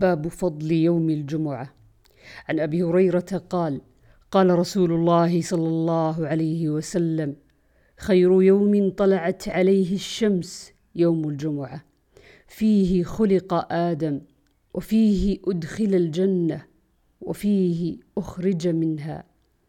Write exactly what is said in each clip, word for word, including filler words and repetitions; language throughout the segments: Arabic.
باب فضل يوم الجمعة. عن أبي هريرة قال: قال رسول الله صلى الله عليه وسلم: خير يوم طلعت عليه الشمس يوم الجمعة، فيه خلق آدم، وفيه أدخل الجنة، وفيه أخرج منها.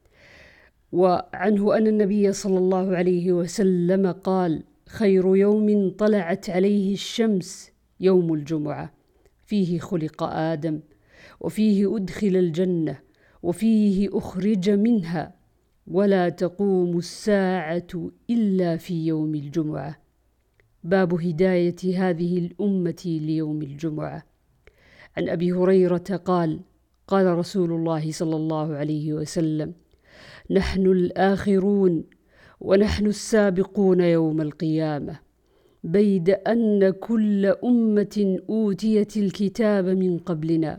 وعنه أن النبي صلى الله عليه وسلم قال: خير يوم طلعت عليه الشمس يوم الجمعة، فيه خلق آدم، وفيه أدخل الجنة، وفيه أخرج منها، ولا تقوم الساعة إلا في يوم الجمعة. باب هداية هذه الأمة ليوم الجمعة. عن أبي هريرة قال: قال رسول الله صلى الله عليه وسلم: نحن الآخرون ونحن السابقون يوم القيامة، بيد أن كل أمة أوتيت الكتاب من قبلنا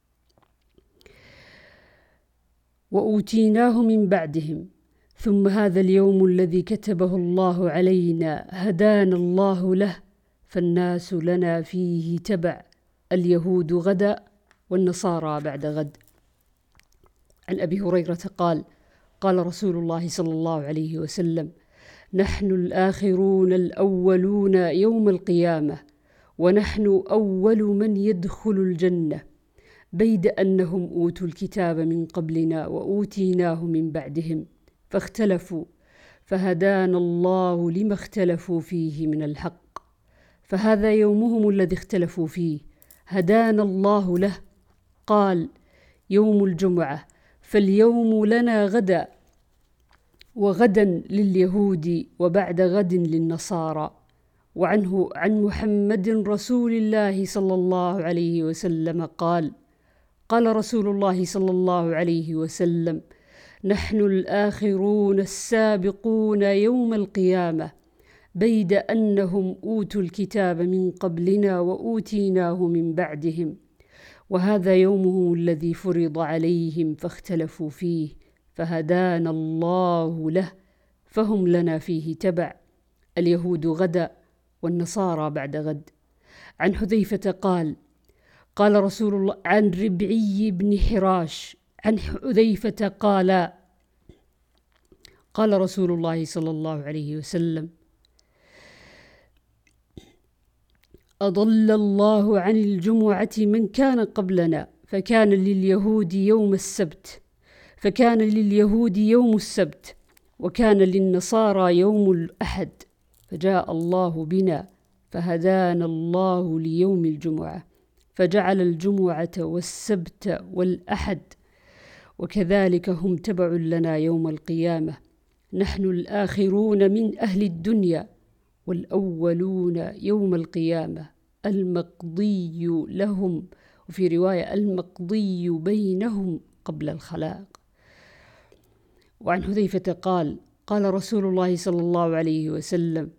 وأوتيناه من بعدهم، ثم هذا اليوم الذي كتبه الله علينا هدانا الله له، فالناس لنا فيه تبع، اليهود غدا والنصارى بعد غد. عن أبي هريرة قال: قال رسول الله صلى الله عليه وسلم: نحن الآخرون الأولون يوم القيامة، ونحن أول من يدخل الجنة، بيد أنهم أوتوا الكتاب من قبلنا وأوتيناه من بعدهم، فاختلفوا فهدانا الله لما اختلفوا فيه من الحق، فهذا يومهم الذي اختلفوا فيه، هدانا الله له. قال: يوم الجمعة، فاليوم لنا غدا، وغدا لليهود، وبعد غد للنصارى. وعنه عن محمد رسول الله صلى الله عليه وسلم قال: قال رسول الله صلى الله عليه وسلم: نحن الآخرون السابقون يوم القيامة، بيد أنهم أوتوا الكتاب من قبلنا وأوتيناه من بعدهم، وهذا يومهم الذي فرض عليهم فاختلفوا فيه، فهدانا الله له، فهم لنا فيه تبع، اليهود غدا والنصارى بعد غد. عن حذيفة قال: قال رسول الله عن ربعي بن حراش عن حذيفة قال: قال رسول الله صلى الله عليه وسلم: أضل الله عن الجمعة من كان قبلنا، فكان لليهود يوم السبت فكان لليهود يوم السبت وكان للنصارى يوم الأحد، فجاء الله بنا فهدانا الله ليوم الجمعة، فجعل الجمعة والسبت والأحد، وكذلك هم تبع لنا يوم القيامة. نحن الآخرون من أهل الدنيا، والأولون يوم القيامة، المقضي لهم، وفي رواية المقضي بينهم قبل الخلاق. وعن حذيفة قال: قال رسول الله صلى الله عليه وسلم: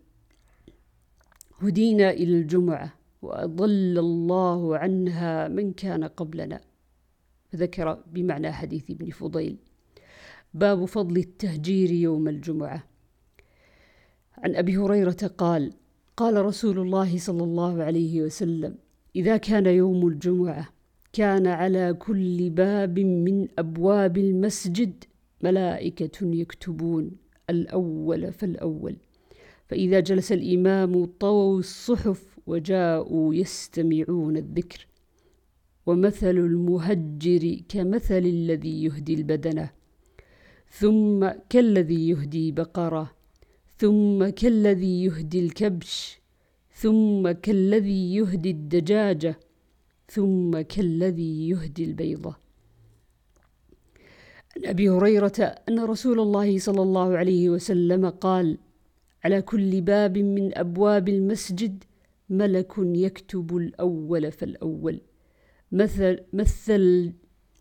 هدينا إلى الجمعة وأضل الله عنها من كان قبلنا، فذكر بمعنى حديث ابن فضيل. باب فضل التهجير يوم الجمعة. عن أبي هريرة قال: قال رسول الله صلى الله عليه وسلم: إذا كان يوم الجمعة كان على كل باب من أبواب المسجد ملائكة يكتبون الأول فالأول، فإذا جلس الإمام طووا الصحف وجاءوا يستمعون الذكر، ومثل المهجر كمثل الذي يهدي البدنة، ثم كالذي يهدي بقرة، ثم كالذي يهدي الكبش، ثم كالذي يهدي الدجاجة، ثم كالذي يهدي البيضة. عن أبي هريرة أن رسول الله صلى الله عليه وسلم قال: على كل باب من أبواب المسجد ملك يكتب الأول فالأول، مثل مثل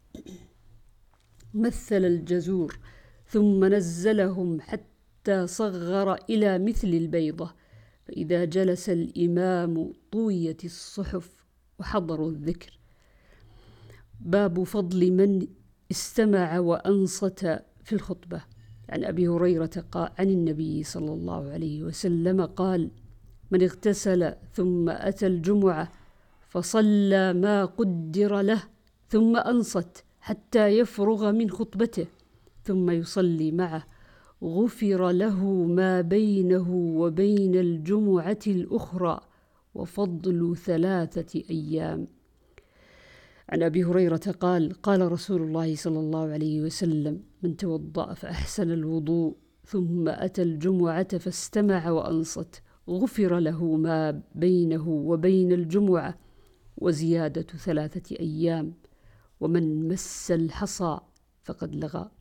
مثل الجزور، ثم نزلهم حتى صغر إلى مثل البيضة، فإذا جلس الإمام طويت الصحف وحضروا الذكر. باب فضل من استمع وأنصت في الخطبة. عن أبي هريرة قال عن النبي صلى الله عليه وسلم قال: من اغتسل ثم أتى الجمعة فصلى ما قدر له ثم أنصت حتى يفرغ من خطبته ثم يصلي معه غفر له ما بينه وبين الجمعة الأخرى وفضل ثلاثة أيام. عن أبي هريرة قال قال رسول الله صلى الله عليه وسلم: من توضأ فأحسن الوضوء ثم أتى الجمعة فاستمع وأنصت غفر له ما بينه وبين الجمعة وزيادة ثلاثة أيام، ومن مس الحصى فقد لغى.